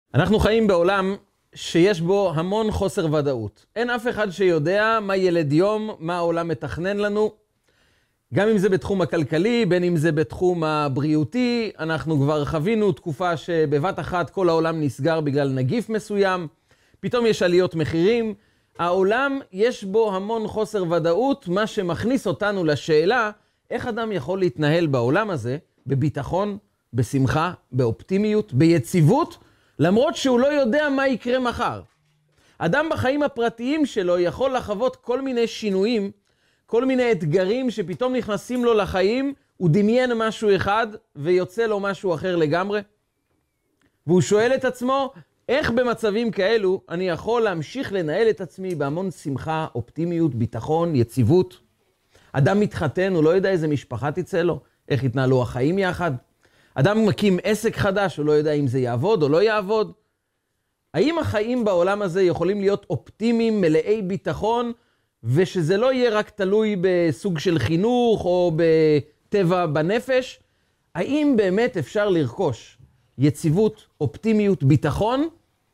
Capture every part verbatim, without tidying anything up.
אנחנו חיים בעולם שיש בו המון חוסר ודאות. אין אף אחד שיודע מה ילד יום, מה העולם מתכנן לנו. גם אם זה בתחום הכלכלי, בין אם זה בתחום הבריאותי, אנחנו כבר חווינו תקופה שבבת אחת כל העולם נסגר בגלל נגיף מסוים, פתאום יש עליות מחירים. העולם יש בו המון חוסר ודאות, מה שמכניס אותנו לשאלה, איך אדם יכול להתנהל בעולם הזה בביטחון, בשמחה, באופטימיות, ביציבות, למרות שהוא לא יודע מה יקרה מחר. אדם בחיים הפרטיים שלו יכול לחוות כל מיני שינויים, כל מיני אתגרים שפתאום נכנסים לו לחיים, הוא דמיין משהו אחד ויוצא לו משהו אחר לגמרי. והוא שואל את עצמו, איך במצבים כאלו אני יכול להמשיך לנהל את עצמי בהמון שמחה, אופטימיות, ביטחון, יציבות? אדם מתחתן, הוא לא יודע איזה משפחה תצא לו, איך יתנהלו החיים יחד. אדם מקים עסק חדש, הוא לא יודע אם זה יעבוד או לא יעבוד. האם החיים בעולם הזה יכולים להיות אופטימיים, מלאי ביטחון, ושזה לא יהיה רק תלוי בסוג של חינוך או בטבע בנפש? האם באמת אפשר לרכוש יציבות, אופטימיות, ביטחון,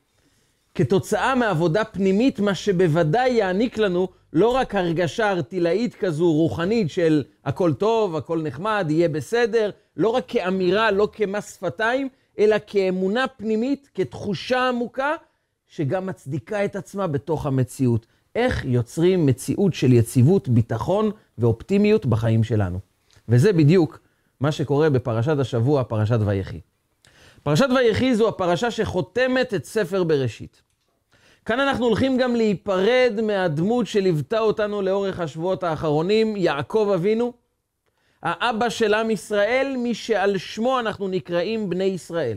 כתוצאה מעבודה פנימית, מה שבוודאי יעניק לנו לא רק הרגשה ארטילאית כזו, רוחנית של הכל טוב, הכל נחמד, יהיה בסדר, לא רק כאמירה, לא כמס שפתיים, אלא כאמונה פנימית, כתחושה עמוקה, שגם מצדיקה את עצמה בתוך המציאות. איך יוצרים מציאות של יציבות, ביטחון ואופטימיות בחיים שלנו. וזה בדיוק מה שקורה בפרשת השבוע, פרשת ויחי. פרשת ויחי זו הפרשה שחותמת את ספר בראשית. כאן אנחנו הולכים גם להיפרד מהדמות שליוותה אותנו לאורך השבועות האחרונים, יעקב אבינו, האבא של עם ישראל, מי שעל שמו אנחנו נקראים בני ישראל.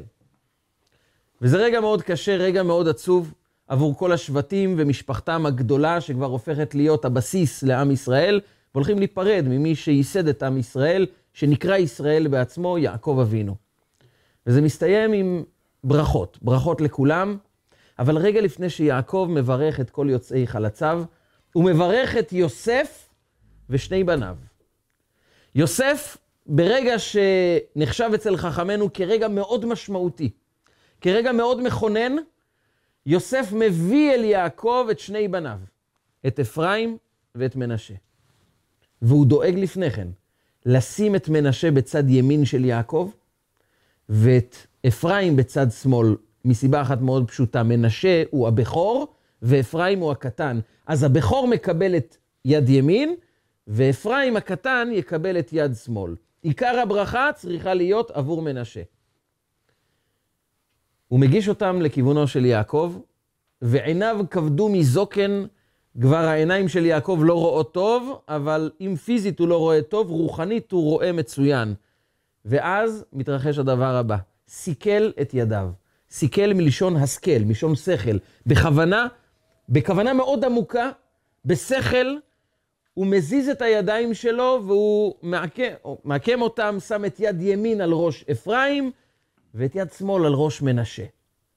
וזה רגע מאוד קשה, רגע מאוד עצוב, עבור כל השבטים ומשפחתם הגדולה, שכבר הופכת להיות הבסיס לעם ישראל, והולכים להיפרד ממי שייסד את עם ישראל, שנקרא ישראל בעצמו, יעקב אבינו. וזה מסתיים עם ברכות, ברכות לכולם, אבל רגע לפני שיעקב מברך את כל יוצאי חלציו, הוא מברך את יוסף ושני בניו. יוסף, ברגע שנחשב אצל חכמנו כרגע מאוד משמעותי, כרגע מאוד מכונן, יוסף מביא אל יעקב את שני בניו, את אפרים ואת מנשה. והוא דואג לפני כן, לשים את מנשה בצד ימין של יעקב, ואת אפרים בצד שמאל, מסיבה אחת מאוד פשוטה. מנשה הוא הבכור, ואפרים הוא הקטן. אז הבכור מקבל את יד ימין, ואפרים הקטן יקבל את יד שמאל. עיקר הברכה צריכה להיות עבור מנשה. הוא מגיש אותם לכיוונו של יעקב, ועיניו כבדו מזוקן. כבר העיניים של יעקב לא רואות טוב, אבל אם פיזית הוא לא רואה טוב, רוחנית הוא רואה מצוין. ואז מתרחש הדבר הבא, סיכל את ידיו. סיכל מלשון השכל, מלשון שכל. בכוונה, בכוונה מאוד עמוקה, בשכל, הוא מזיז את הידיים שלו, והוא מעקם, מעקם אותם, שם את יד ימין על ראש אפרים, ואת יד שמאל על ראש מנשה.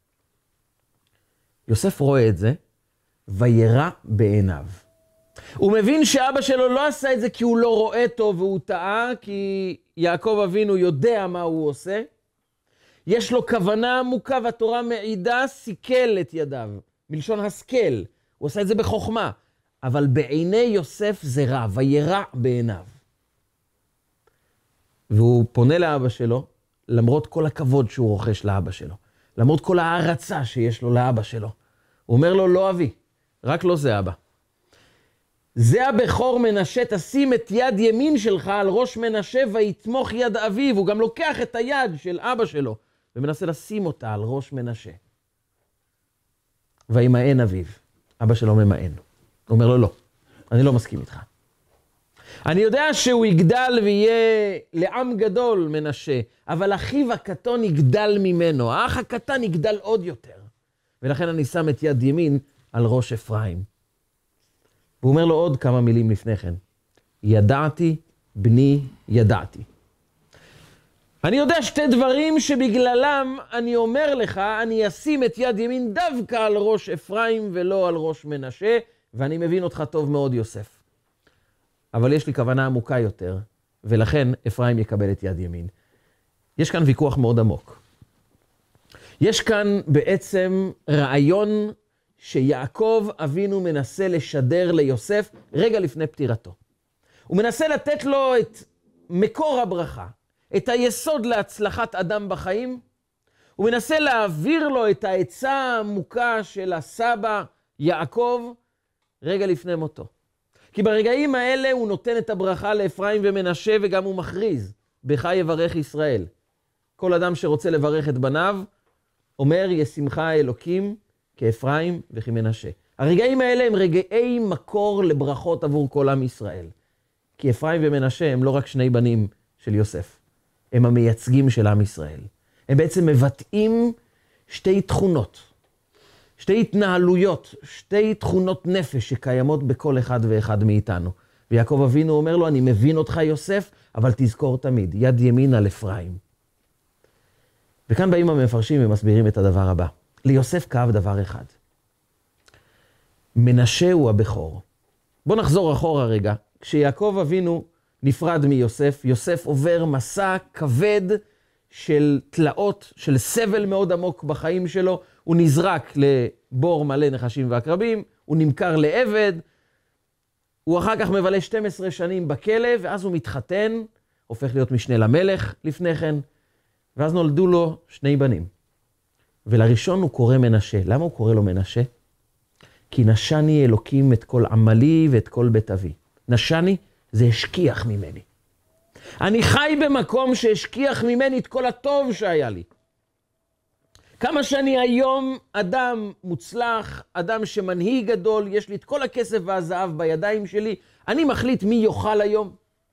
יוסף רואה את זה, וירא בעיניו. הוא מבין שאבא שלו לא עשה את זה כי הוא לא רואה טוב והוא טעה, כי יעקב אבינו יודע מה הוא עושה. יש לו כוונה עמוקה, והתורה מעידה, סיכל את ידיו, מלשון השכל. הוא עשה את זה בחוכמה, אבל בעיני יוסף זה רע, וירא בעיניו. והוא פונה לאבא שלו, למרות כל הכבוד שהוא רוכש לאבא שלו, למרות כל הערצה שיש לו לאבא שלו. הוא אומר לו, לא אבי, רק לא זה אבא. זה הבכור מנשה, תשים את יד ימין שלך על ראש מנשה ויתמוך יד אביו. הוא גם לוקח את היד של אבא שלו ומנסה לשים אותה על ראש מנשה. וימאן אביו. אבא שלו ממאן. הוא אומר לו, לא, אני לא מסכים איתך. אני יודע שהוא יגדל ויהיה לעם גדול מנשה, אבל אחיו הקטון יגדל ממנו. האח הקטן יגדל עוד יותר. ולכן אני שם את יד ימין על ראש אפרים. והוא אומר לו עוד כמה מילים לפני כן. ידעתי, בני, ידעתי. אני יודע שתי דברים שבגללם אני אומר לך, אני אשים את יד ימין דווקא על ראש אפרים ולא על ראש מנשה, ואני מבין אותך טוב מאוד יוסף. אבל יש לי כוונה עמוקה יותר, ולכן אפרים יקבל את יד ימין. יש כאן ויכוח מאוד עמוק. יש כאן בעצם רעיון שיעקב אבינו מנסה לשדר ליוסף רגע לפני פטירתו. הוא מנסה לתת לו את מקור הברכה, את היסוד להצלחת אדם בחיים. הוא מנסה להעביר לו את העצה העמוקה של הסבא יעקב רגע לפני מותו. כי ברגעים האלה הוא נותן את הברכה לאפרים ומנשה, וגם הוא מכריז, בך יברך ישראל. כל אדם שרוצה לברך את בניו, אומר ישמחה האלוקים כאפרים וכמנשה. הרגעים האלה הם רגעי מקור לברכות עבור כל עם ישראל. כי אפרים ומנשה הם לא רק שני בנים של יוסף, הם המייצגים של עם ישראל. הם בעצם מבטאים שתי תכונות, שתי התנהלויות, שתי תכונות נפש שקיימות בכל אחד ואחד מאיתנו. ויעקב אבינו אומר לו, אני מבין אותך יוסף, אבל תזכור תמיד, יד ימין על אפרים. וכאן באים המפרשים ומסבירים את הדבר הבא. ליוסף כאב דבר אחד. מנשה הוא הבכור. בוא נחזור אחורה רגע. כשיעקב אבינו נפרד מיוסף, יוסף עובר מסע כבד של תלאות, של סבל מאוד עמוק בחיים שלו. הוא נזרק לבור מלא נחשים ועקרבים, הוא נמכר לעבד, הוא אחר כך מבלה שתים עשרה שנים בכלא, ואז הוא מתחתן, הופך להיות משנה למלך לפני כן, ואז נולדו לו שני בנים. ולראשון הוא קורא מנשה. למה הוא קורא לו מנשה? כי נשני אלוקים את כל עמלי ואת כל בית אבי. נשני זה השכיח ממני. אני חי במקום שהשכיח ממני את כל הטוב שהיה לי. כמה שאני היום אדם מוצלח, אדם שמנהיג גדול, יש לי את כל הכסף והזהב בידיים שלי, אני מחליט מי יאכל היום.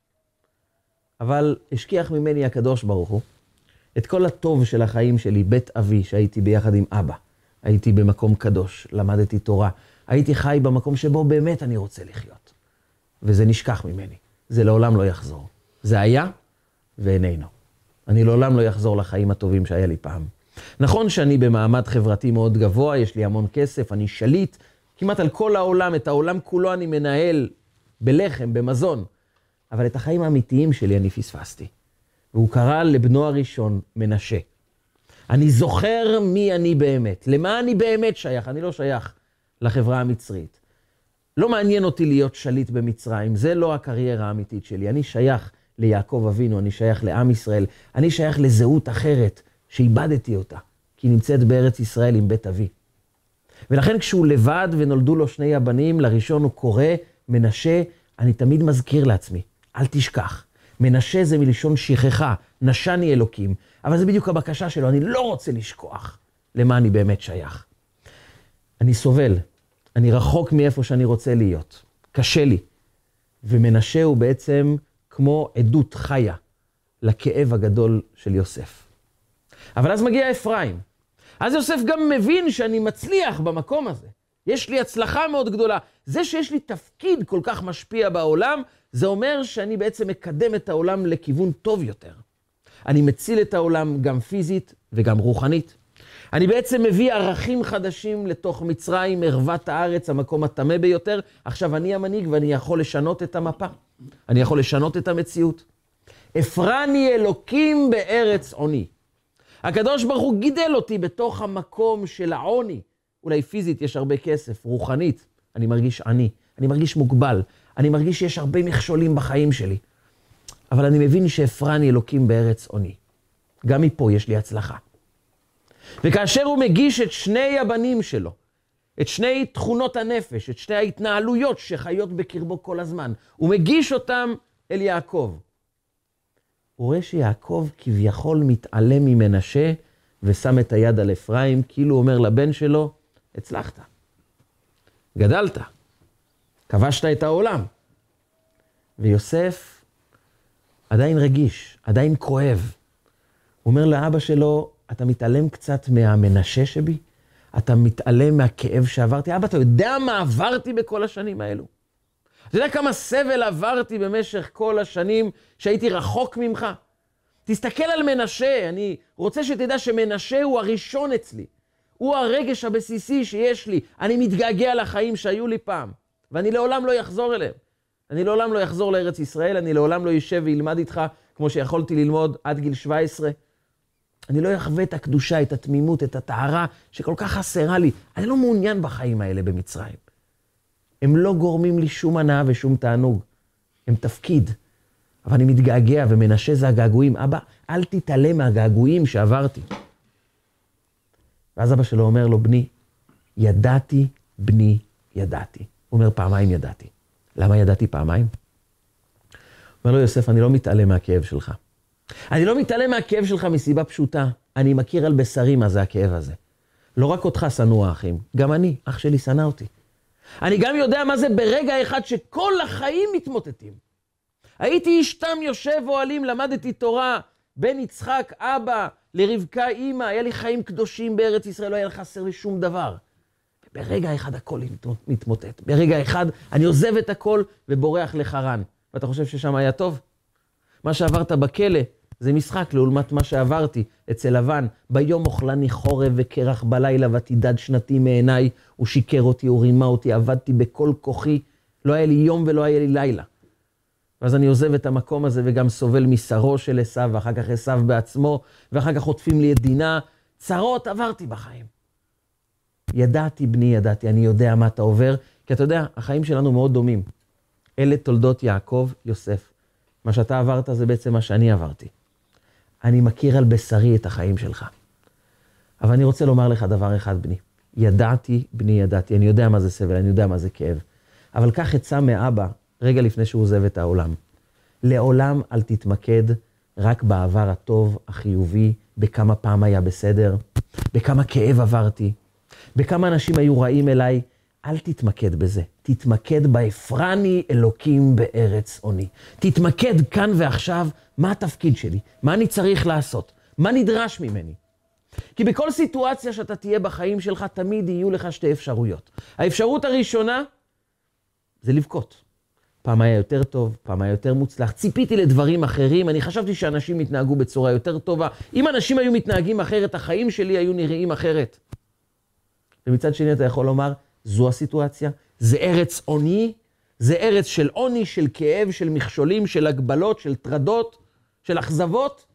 אבל השכיח ממני הקדוש ברוך הוא את כל הטוב של החיים שלי, בית אבי, שהייתי ביחד עם אבא. הייתי במקום קדוש, למדתי תורה. הייתי חי במקום שבו באמת אני רוצה לחיות. וזה נשכח ממני. זה לעולם לא יחזור. זה היה ואיננו. אני לעולם לא יחזור לחיים הטובים שהיה לי פעם. נכון שאני במעמד חברתי מאוד גבוה, יש לי המון כסף, אני שליט, כמעט על כל העולם, את העולם כולו אני מנהל בלחם, במזון. אבל את החיים האמיתיים שלי אני פספסתי. והוא קרא לבנו הראשון מנשה. אני זוכר מי אני באמת, למה אני באמת שייך, אני לא שייך לחברה המצרית. לא מעניין אותי להיות שליט במצרים, זה לא הקריירה האמיתית שלי. אני שייך ליעקב אבינו, אני שייך לעם ישראל, אני שייך לזהות אחרת שאיבדתי אותה, כי היא נמצאת בארץ ישראל עם בית אבי. ולכן כשהוא לבד ונולדו לו שני הבנים, לראשון הוא קורא מנשה, אני תמיד מזכיר לעצמי, אל תשכח. מנשה זה מלשון שכחה, נשני אלוקים, אבל זה בדיוק הבקשה שלו, אני לא רוצה לשכוח למה אני באמת שייך. אני סובל, אני רחוק מאיפה שאני רוצה להיות, קשה לי. ומנשה הוא בעצם כמו עדות חיה לכאב הגדול של יוסף. אבל אז מגיע אפרים. אז יוסף גם מבין שאני מצליח במקום הזה. יש לי הצלחה מאוד גדולה. זה שיש לי תפקיד כל כך משפיע בעולם, זה אומר שאני בעצם מקדם את העולם לכיוון טוב יותר. אני מציל את העולם גם פיזית וגם רוחנית. אני בעצם מביא ערכים חדשים לתוך מצרים, ערוות הארץ, המקום הטמא ביותר. עכשיו אני המנהיג ואני יכול לשנות את המפה. אני יכול לשנות את המציאות. אפרני אלוקים בארץ עוני. הקדוש ברוך הוא גידל אותי בתוך המקום של העוני. אולי פיזית יש הרבה כסף, רוחנית אני מרגיש עני, אני מרגיש מוגבל, אני מרגיש שיש הרבה מכשולים בחיים שלי. אבל אני מבין שאפרני אלוקים בארץ עוני. גם מפה יש לי הצלחה. וכאשר הוא מגיש את שני הבנים שלו, את שני תכונות הנפש, את שני ההתנהלויות שחיות בקרבו כל הזמן, הוא מגיש אותם אל יעקב. הוא רואה שיעקב כביכול מתעלם ממנשה ושם את היד על אפרים, כאילו הוא אומר לבן שלו, הצלחת, גדלת, כבשת את העולם. ויוסף עדיין רגיש, עדיין כואב. הוא אומר לאבא שלו, אתה מתעלם קצת מהמנשה שבי? אתה מתעלם מהכאב שעברתי? אבא, אתה יודע מה עברתי בכל השנים האלו? אתה יודע כמה סבל עברתי במשך כל השנים שהייתי רחוק ממך? תסתכל על מנשה, אני רוצה שתדע שמנשה הוא הראשון אצלי. הוא הרגש הבסיסי שיש לי. אני מתגעגע לחיים שהיו לי פעם, ואני לעולם לא יחזור אליהם. אני לעולם לא יחזור לארץ ישראל, אני לעולם לא יישב וילמד איתך כמו שיכולתי ללמוד עד גיל שבע עשרה. אני לא אחווה את הקדושה, את התמימות, את הטהרה, שכל כך חסרה לי. אני לא מעוניין בחיים האלה במצרים. הם לא גורמים לי שום הנאה ושום תענוג. הם תפקיד. אבל אני מתגעגע ומנשה זה הגעגועים. אבא, אל תתעלם מהגעגועים שעברתי. ואז אבא שלו אומר לו, בני, ידעתי, בני, ידעתי. הוא אומר, פעמיים ידעתי. למה ידעתי פעמיים? הוא אומר לו, יוסף, אני לא מתעלם מהכאב שלך. אני לא מתעלם מהכאב שלך מסיבה פשוטה. אני מכיר על בשרי מה זה הכאב הזה. לא רק אותך שנוא האחים, גם אני, אח שלי שנא אותי. אני גם יודע מה זה ברגע אחד שכל החיים מתמוטטים. הייתי איש תם יושב אוהלים, למדתי תורה, בן יצחק, אבא, לרבקה אמא, היה לי חיים קדושים בארץ ישראל, לא היה חסר לי שום דבר. ברגע אחד הכל מתמוטט. ברגע אחד אני עוזב את הכל ובורח לחרן. ואתה חושב ששם היה טוב? מה שעברת בכלא זה משחק לעומת מה שעברתי אצל לבן. ביום אוכלני חורב וקרח בלילה ותידד שנתי מעיניי. הוא שיקר אותי, הוא רימה אותי, עבדתי בכל כוחי. לא היה לי יום ולא היה לי לילה. ואז אני עוזב את המקום הזה וגם סובל משרו של עשיו, ואחר כך עשיו בעצמו, ואחר כך חוטפים לי את דינה. צרות עברתי בחיים. ידעתי בני, ידעתי, אני יודע מה אתה עובר, כי אתה יודע, החיים שלנו מאוד דומים. אלה תולדות יעקב, יוסף. מה שאתה עברת זה בעצם מה שאני עברתי. אני מכיר על בשרי את החיים שלך. אבל אני רוצה לומר לך דבר אחד, בני. ידעתי, בני, ידעתי. אני יודע מה זה סבל, אני יודע מה זה כאב. אבל כך עצה מאבא, רגע לפני שהוא עוזב את העולם. לעולם אל תתמקד רק בעבר הטוב, החיובי, בכמה פעם היה בסדר, בכמה כאב עברתי, בכמה אנשים היו רעים אליי. אל תתמקד בזה. תתמקד באפרני אלוקים בארץ עוני. תתמקד כאן ועכשיו מה התפקיד שלי, מה אני צריך לעשות, מה נדרש ממני. כי בכל סיטואציה שאתה תהיה בחיים שלך, תמיד יהיו לך שתי אפשרויות. האפשרות הראשונה זה לבכות. פעם היה יותר טוב, פעם היה יותר מוצלח. ציפיתי לדברים אחרים, אני חשבתי שאנשים מתנהגו בצורה יותר טובה. אם אנשים היו מתנהגים אחרת, החיים שלי היו נראים אחרת. ומצד שני אתה יכול לומר, זו הסיטואציה, זה ארץ עוני, זה ארץ של עוני, של כאב, של מכשולים, של הגבלות, של טרדות, של אכזבות.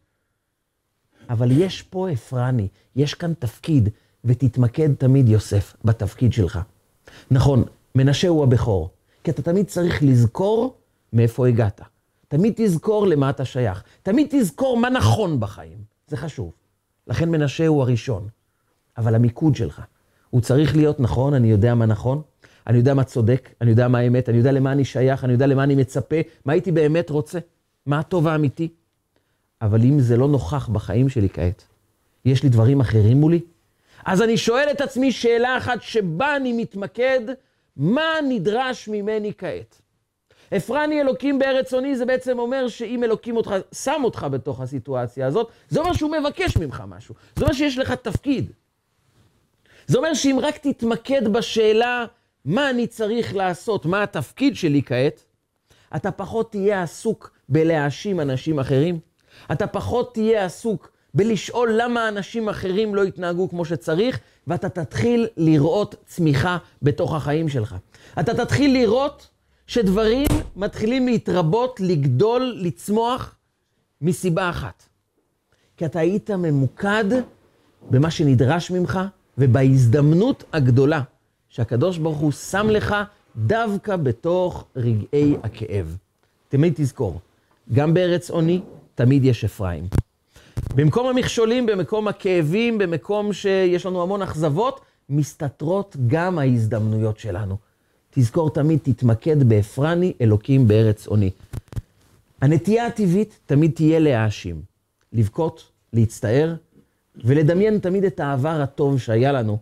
אבל יש פה אפרני, יש כאן תפקיד, ותתמקד תמיד יוסף בתפקיד שלך. נכון, מנשה הוא הבכור, כי אתה תמיד צריך לזכור מאיפה הגעת. תמיד תזכור למה אתה שייך. תמיד תזכור מה נכון בחיים. זה חשוב. לכן מנשה הוא הראשון. אבל המיקוד שלך, הוא צריך להיות נכון, אני יודע מה נכון, אני יודע מה צודק, אני יודע מה האמת, אני יודע למה אני שייך, אני יודע למה אני מצפה, מה הייתי באמת רוצה, מה הטוב האמיתי. אבל אם זה לא נוכח בחיים שלי כעת, יש לי דברים אחרים מולי, אז אני שואל את עצמי שאלה אחת שבה אני מתמקד, מה נדרש ממני כעת? אפרני אלוקים בארץ עוני, זה בעצם אומר שאם אלוקים אותך, שם אותך בתוך הסיטואציה הזאת, זה אומר שהוא מבקש ממך משהו, זה אומר שיש לך תפקיד. זה אומר שאם רק תתמקד בשאלה מה אני צריך לעשות, מה התפקיד שלי כעת, אתה פחות תהיה עסוק בלהאשים אנשים אחרים, אתה פחות תהיה עסוק בלשאול למה אנשים אחרים לא יתנהגו כמו שצריך, ואתה תתחיל לראות צמיחה בתוך החיים שלך. אתה תתחיל לראות שדברים מתחילים להתרבות, לגדול, לצמוח, מסיבה אחת. כי אתה היית ממוקד במה שנדרש ממך, ובהזדמנות הגדולה שהקדוש ברוך הוא שם לך דווקא בתוך רגעי הכאב. תמיד תזכור, גם בארץ עוני תמיד יש אפרים. במקום המכשולים, במקום הכאבים, במקום שיש לנו המון אכזבות, מסתתרות גם ההזדמנויות שלנו. תזכור תמיד, תתמקד באפרני אלוקים בארץ עוני. הנטייה הטבעית תמיד תהיה להאשים, לבכות, להצטער, ולדמיין תמיד את העבר הטוב שהיה לנו,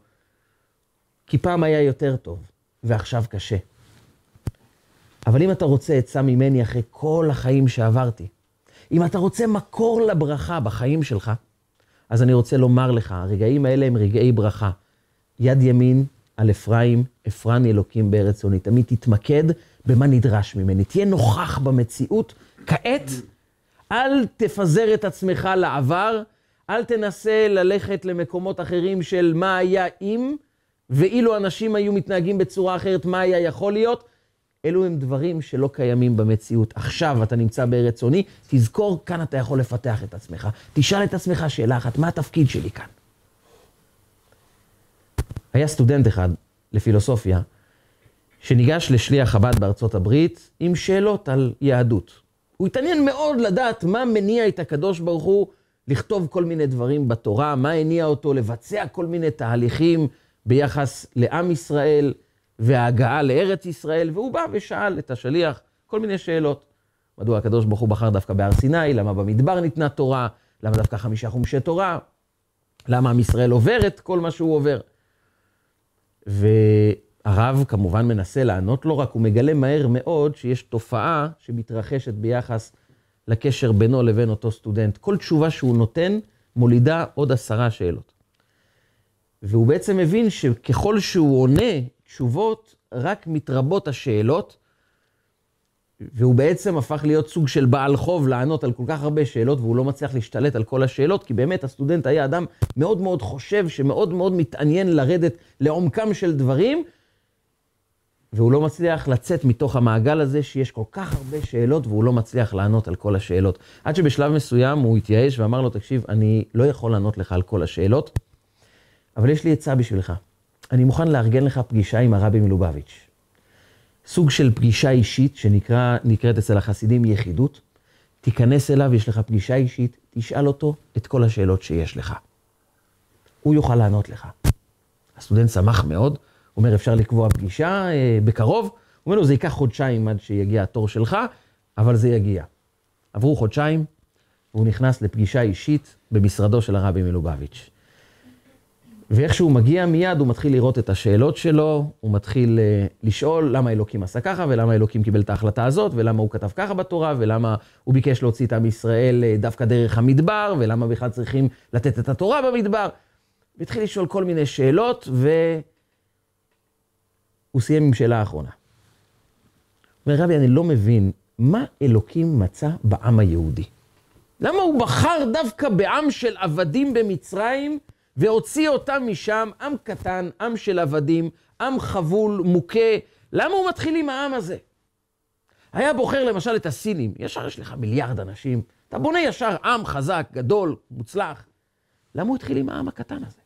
כי פעם היה יותר טוב, ועכשיו קשה. אבל אם אתה רוצה עצה ממני אחרי כל החיים שעברתי, אם אתה רוצה מקור לברכה בחיים שלך, אז אני רוצה לומר לך, הרגעים האלה הם רגעי ברכה. יד ימין על אפרים, אפרני אלוקים בארץ עוני. תמיד תתמקד במה נדרש ממני. תהיה נוכח במציאות. כעת, אל תפזר את עצמך לעבר, אל תנסה ללכת למקומות אחרים של מה היה אם, ואילו אנשים היו מתנהגים בצורה אחרת, מה היה יכול להיות. אלו הם דברים שלא קיימים במציאות. עכשיו אתה נמצא בארץ עוני, תזכור, כאן אתה יכול לפתח את עצמך. תשאל את עצמך שאלה אחת, מה התפקיד שלי כאן? היה סטודנט אחד לפילוסופיה, שניגש לשליח חב"ד בארצות הברית עם שאלות על יהדות. הוא התעניין מאוד לדעת מה מניע את הקדוש ברוך הוא לכתוב כל מיני דברים בתורה, מה הניע אותו לבצע כל מיני תהליכים ביחס לעם ישראל וההגעה לארץ ישראל, והוא בא ושאל את השליח כל מיני שאלות. מדוע הקדוש ברוך הוא בחר דווקא בהר סיני, למה במדבר ניתנה תורה, למה דווקא חמישה חומשי תורה, למה עם ישראל עובר את כל מה שהוא עובר. והרב כמובן מנסה לענות לו, רק הוא מגלה מהר מאוד שיש תופעה שמתרחשת ביחס לקשר בינו לבין אותו סטודנט. כל תשובה שהוא נותן מולידה עוד עשרה שאלות. והוא בעצם מבין שככל שהוא עונה תשובות, רק מתרבות השאלות, והוא בעצם הפך להיות סוג של בעל חוב לענות על כל כך הרבה שאלות, והוא לא מצליח להשתלט על כל השאלות, כי באמת הסטודנט היה אדם מאוד מאוד חושב, שמאוד מאוד מתעניין לרדת לעומקם של דברים, והוא לא מצליח לצאת מתוך המעגל הזה שיש כל כך הרבה שאלות, והוא לא מצליח לענות על כל השאלות. עד שבשלב מסוים הוא התייאש ואמר לו, תקשיב, אני לא יכול לענות לך על כל השאלות, אבל יש לי עצה בשבילך. אני מוכן לארגן לך פגישה עם הרבי מלובביץ'. סוג של פגישה אישית שנקראת אצל החסידים יחידות. תיכנס אליו, יש לך פגישה אישית, תשאל אותו את כל השאלות שיש לך. הוא יוכל לענות לך. הסטודנט שמח מאוד, הוא אומר, אפשר לקבוע פגישה אה, בקרוב. הוא אומר לו, זה ייקח חודשיים עד שיגיע התור שלך, אבל זה יגיע. עברו חודשיים, והוא נכנס לפגישה אישית במשרדו של הרבי מלובביץ'. ואיך שהוא מגיע מיד, הוא מתחיל לראות את השאלות שלו, הוא מתחיל uh, לשאול למה אלוקים עשה ככה, ולמה אלוקים קיבל את ההחלטה הזאת, ולמה הוא כתב ככה בתורה, ולמה הוא ביקש להוציא את עם ישראל uh, דווקא דרך המדבר, ולמה בכלל צריכים לתת את התורה במדבר. והתחיל לשאול כל מיני שאלות, והוא סיים עם שאלה האחרונה. אומר, רבי, אני לא מבין, מה אלוקים מצא בעם היהודי? למה הוא בחר דווקא בעם של עבדים במצרים, והוציא אותם משם, עם קטן, עם של עבדים, עם חבול, מוכה. למה הוא מתחיל עם העם הזה? היה בוחר למשל את הסינים, ישר יש לך מיליארד אנשים, אתה בונה ישר עם חזק, גדול, מוצלח. למה הוא התחיל עם העם הקטן הזה?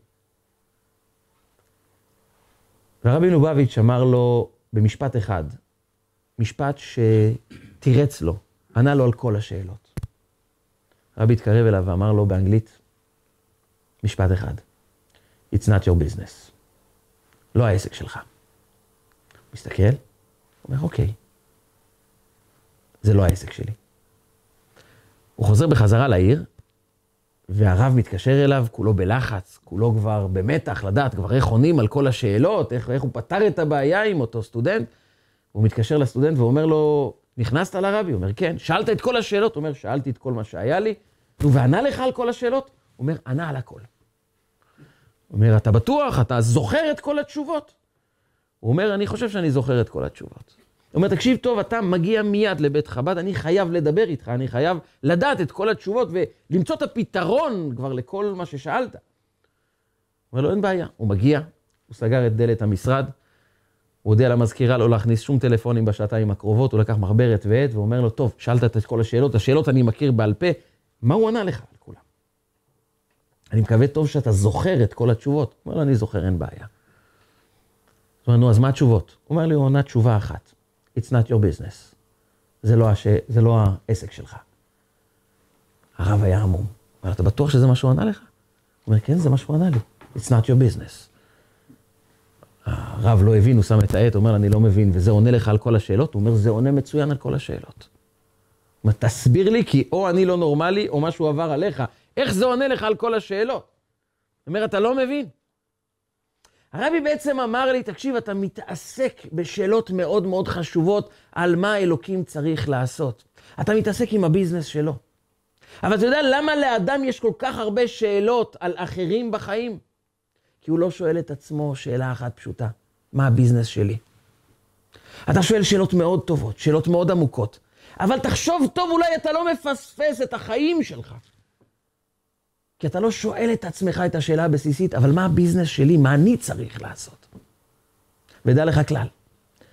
והרבי מלובביץ' אמר לו במשפט אחד, משפט שתירץ לו, ענה לו על כל השאלות. הרבי התקרב אליו ואמר לו באנגלית, משפט אחד, It's not your business. לא העסק שלך. הוא מסתכל, הוא אומר, אוקיי, זה לא העסק שלי. הוא חוזר בחזרה לעיר, והרב מתקשר אליו, כולו בלחץ, כולו כבר במתח, לדעת כבר איך עונים על כל השאלות, איך, איך הוא פתר את הבעיה עם אותו סטודנט. הוא מתקשר לסטודנט ואומר לו, נכנסת לרבי? הוא אומר, כן. שאלת את כל השאלות? הוא אומר, שאלתי את כל מה שהיה לי. נו, וענה לך על כל השאלות? הוא אומר, ענה על הכל. הוא אומר, אתה בטוח? אתה זוכר את כל התשובות? הוא אומר, אני חושב שאני זוכר את כל התשובות. הוא אומר, תקשיב טוב, אתה מגיע מיד לבית חב"ד, אני חייב לדבר איתך, אני חייב לדעת את כל התשובות ולמצוא את הפתרון כבר לכל מה ששאלת. הוא אומר לו, אין בעיה. הוא מגיע, הוא סגר את דלת המשרד, הוא הודיע למזכירה לא להכניס שום טלפונים בשעתיים הקרובות, הוא לקח מחברת ועט ואומר לו, טוב, שאלת את כל השאלות, השאלות אני מכיר בעל פה, מה הוא ענה לך על כולם? אני מקווה טוב שאתה זוכר את כל התשובות. הוא אומר לו, אני זוכר, אין בעיה. זאת אומרת, נו, אז מה התשובות? הוא אומר לי, הוא עונה תשובה אחת. It's not your business. זה לא, הש... זה לא העסק שלך. הרב היה עמום. אבל אתה בטוח שזה מה שהוא ענה לך? הוא אומר, כן, זה מה שהוא ענה לי. It's not your business. הרב לא הבין, הוא שם את העט, הוא אומר, אני לא מבין, וזה עונה לך על כל השאלות? הוא אומר, זה עונה מצוין על כל השאלות. הוא אומר, תסביר לי, כי או אני לא נורמלי, או משהו עבר עליך. איך זה עונה לך על כל השאלות? הוא אומר, אתה לא מבין. הרבי בעצם אמר לי, תקשיב, אתה מתעסק בשאלות מאוד מאוד חשובות על מה אלוקים צריך לעשות. אתה מתעסק עם הביזנס שלו. אבל אתה יודע למה לאדם יש כל כך הרבה שאלות על אחרים בחיים? כי הוא לא שואל את עצמו שאלה אחת פשוטה. מה הביזנס שלי? אתה שואל שאלות מאוד טובות, שאלות מאוד עמוקות. אבל תחשוב טוב, אולי אתה לא מפספס את החיים שלך. כי אתה לא שואל את עצמך את השאלה הבסיסית, אבל מה הביזנס שלי? מה אני צריך לעשות? ודע לך כלל.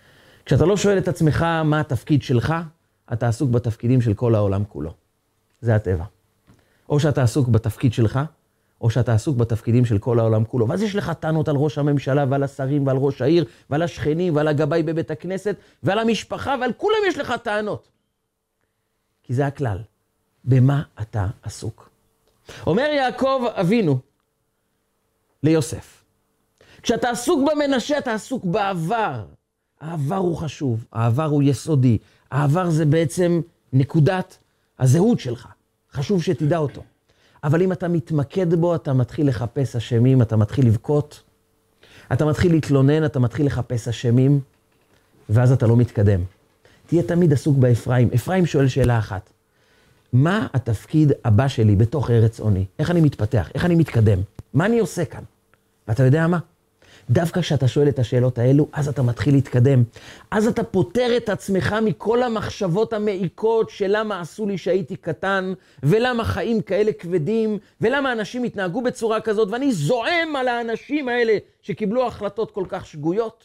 כשאתה לא שואל את עצמך מה התפקיד שלך, אתה עסוק בתפקידים של כל העולם כולו. זה הטבע. או שאתה עסוק בתפקיד שלך, או שאתה עסוק בתפקידים של כל העולם כולו. ואז יש לך טענות על ראש הממשלה ועל השרים ועל ראש העיר ועל השכנים ועל הגבאי בבית הכנסת ועל המשפחה ועל כולם יש לך טענות. כי זה הכלל. במה אתה עסוק? אומר יעקב אבינו ליוסף, כשאתה עסוק במנשה אתה עסוק בעבר. העבר הוא חשוב, העבר הוא יסודי. העבר זה בעצם נקודת הזהות שלך. חשוב שתדע אותו. אבל אם אתה מתמקד בו, אתה מתחיל לחפש אשמים, אתה מתחיל לבכות, אתה מתחיל להתלונן, אתה מתחיל לחפש אשמים, ואז אתה לא מתקדם. תהיה תמיד עסוק באפרים. אפרים שואל שאלה אחת. מה התפקיד הבא שלי בתוך ארץ עוני? איך אני מתפתח? איך אני מתקדם? מה אני עושה כאן? ואתה יודע מה? דווקא כשאתה שואל את השאלות האלו, אז אתה מתחיל להתקדם. אז אתה פותר את עצמך מכל המחשבות המעיקות של למה עשו לי שהייתי קטן, ולמה חיים כאלה כבדים, ולמה אנשים התנהגו בצורה כזאת, ואני זועם על האנשים האלה שקיבלו החלטות כל כך שגויות.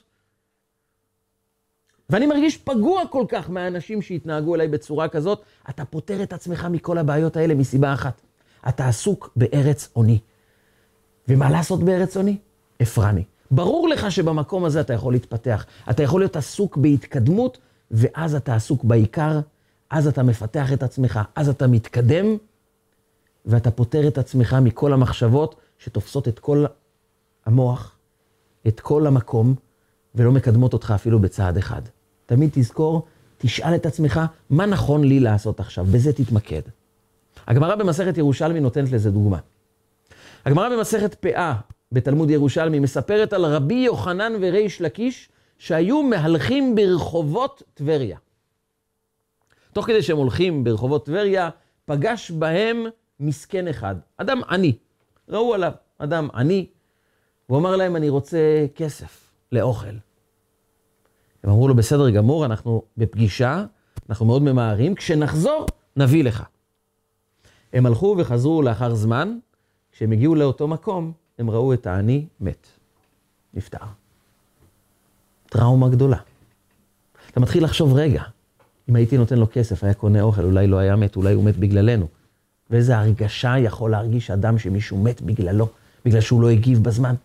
ואני מרגיש פגוע כל כך מהאנשים שהתנהגו אליי בצורה כזאת. אתה פותר את עצמך מכל הבעיות האלה מסיבה אחת. אתה עסוק בארץ עוני. ומה לעשות בארץ עוני? אפרני. ברור לך שבמקום הזה אתה יכול להתפתח. אתה יכול להיות עסוק בהתקדמות, ואז אתה עסוק בעיקר, אז אתה מפתח את עצמך, אז אתה מתקדם, ואתה פותר את עצמך מכל המחשבות שתופסות את כל המוח, את כל המקום, ולא מקדמות אותך אפילו בצעד אחד. תמיד תזכור, תשאל את עצמך, מה נכון לי לעשות עכשיו? בזה תתמקד. הגמרא במסכת ירושלמי נותנת לזה דוגמה. הגמרא במסכת פאה, בתלמוד ירושלמי, מספרת על רבי יוחנן וריש לקיש, שהיו מהלכים ברחובות טבריה. תוך כדי שהם הולכים ברחובות טבריה, פגש בהם מסכן אחד, אדם עני. ראו עליו, אדם עני, והוא אמר להם, אני רוצה כסף לאוכל. הם אמרו לו, בסדר גמור, אנחנו בפגישה, אנחנו מאוד ממהרים, כשנחזור, נביא לך. הם הלכו וחזרו לאחר זמן, כשהם הגיעו לאותו מקום, הם ראו את העני מת, נפטר. טראומה גדולה. אתה מתחיל לחשוב, רגע, אם הייתי נותן לו כסף, היה קונה אוכל, אולי לא היה מת, אולי הוא מת בגללנו. ואיזה הרגשה יכול להרגיש אדם שמישהו מת בגללו, בגלל שהוא לא הגיב בזמן.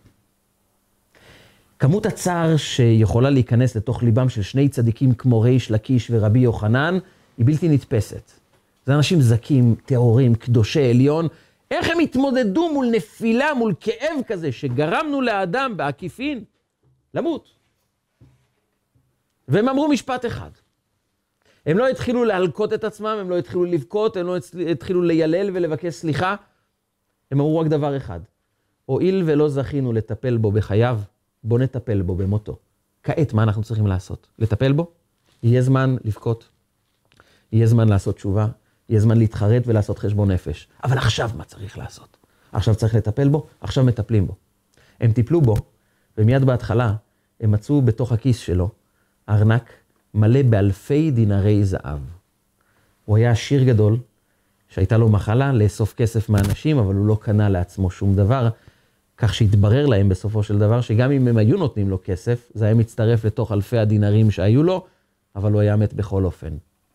כמות הצער שיכולה להיכנס לתוך ליבם של שני צדיקים כמו ריש לקיש ורבי יוחנן, היא בלתי נתפסת. זה אנשים זקים, טהורים, קדושי עליון, איך הם התמודדו מול נפילה, מול כאב כזה, שגרמנו לאדם בעקיפין למות. והם אמרו משפט אחד. הם לא התחילו להלקות את עצמם, הם לא התחילו לבכות, הם לא התחילו לילל ולבקש סליחה. הם אמרו רק דבר אחד. הואיל ולא זכינו לטפל בו בחייו, בוא נטפל בו במותו. כעת מה אנחנו צריכים לעשות? לטפל בו? יהיה זמן לבכות. יהיה זמן לעשות תשובה. יהיה זמן להתחרט ולעשות חשבון נפש. אבל עכשיו מה צריך לעשות? עכשיו צריך לטפל בו, עכשיו מטפלים בו. הם טיפלו בו, ומיד בהתחלה הם מצאו בתוך הכיס שלו ארנק מלא באלפי דינרי זהב. הוא היה עשיר גדול, שהייתה לו מחלה לאסוף כסף מאנשים, אבל הוא לא קנה לעצמו שום דבר, כך שהתברר להם בסופו של דבר, שגם אם הם היו נותנים לו כסף, זה היה מצטרף לתוך אלפי הדינרים שהיו לו, אבל הוא היה מת בכל אופן.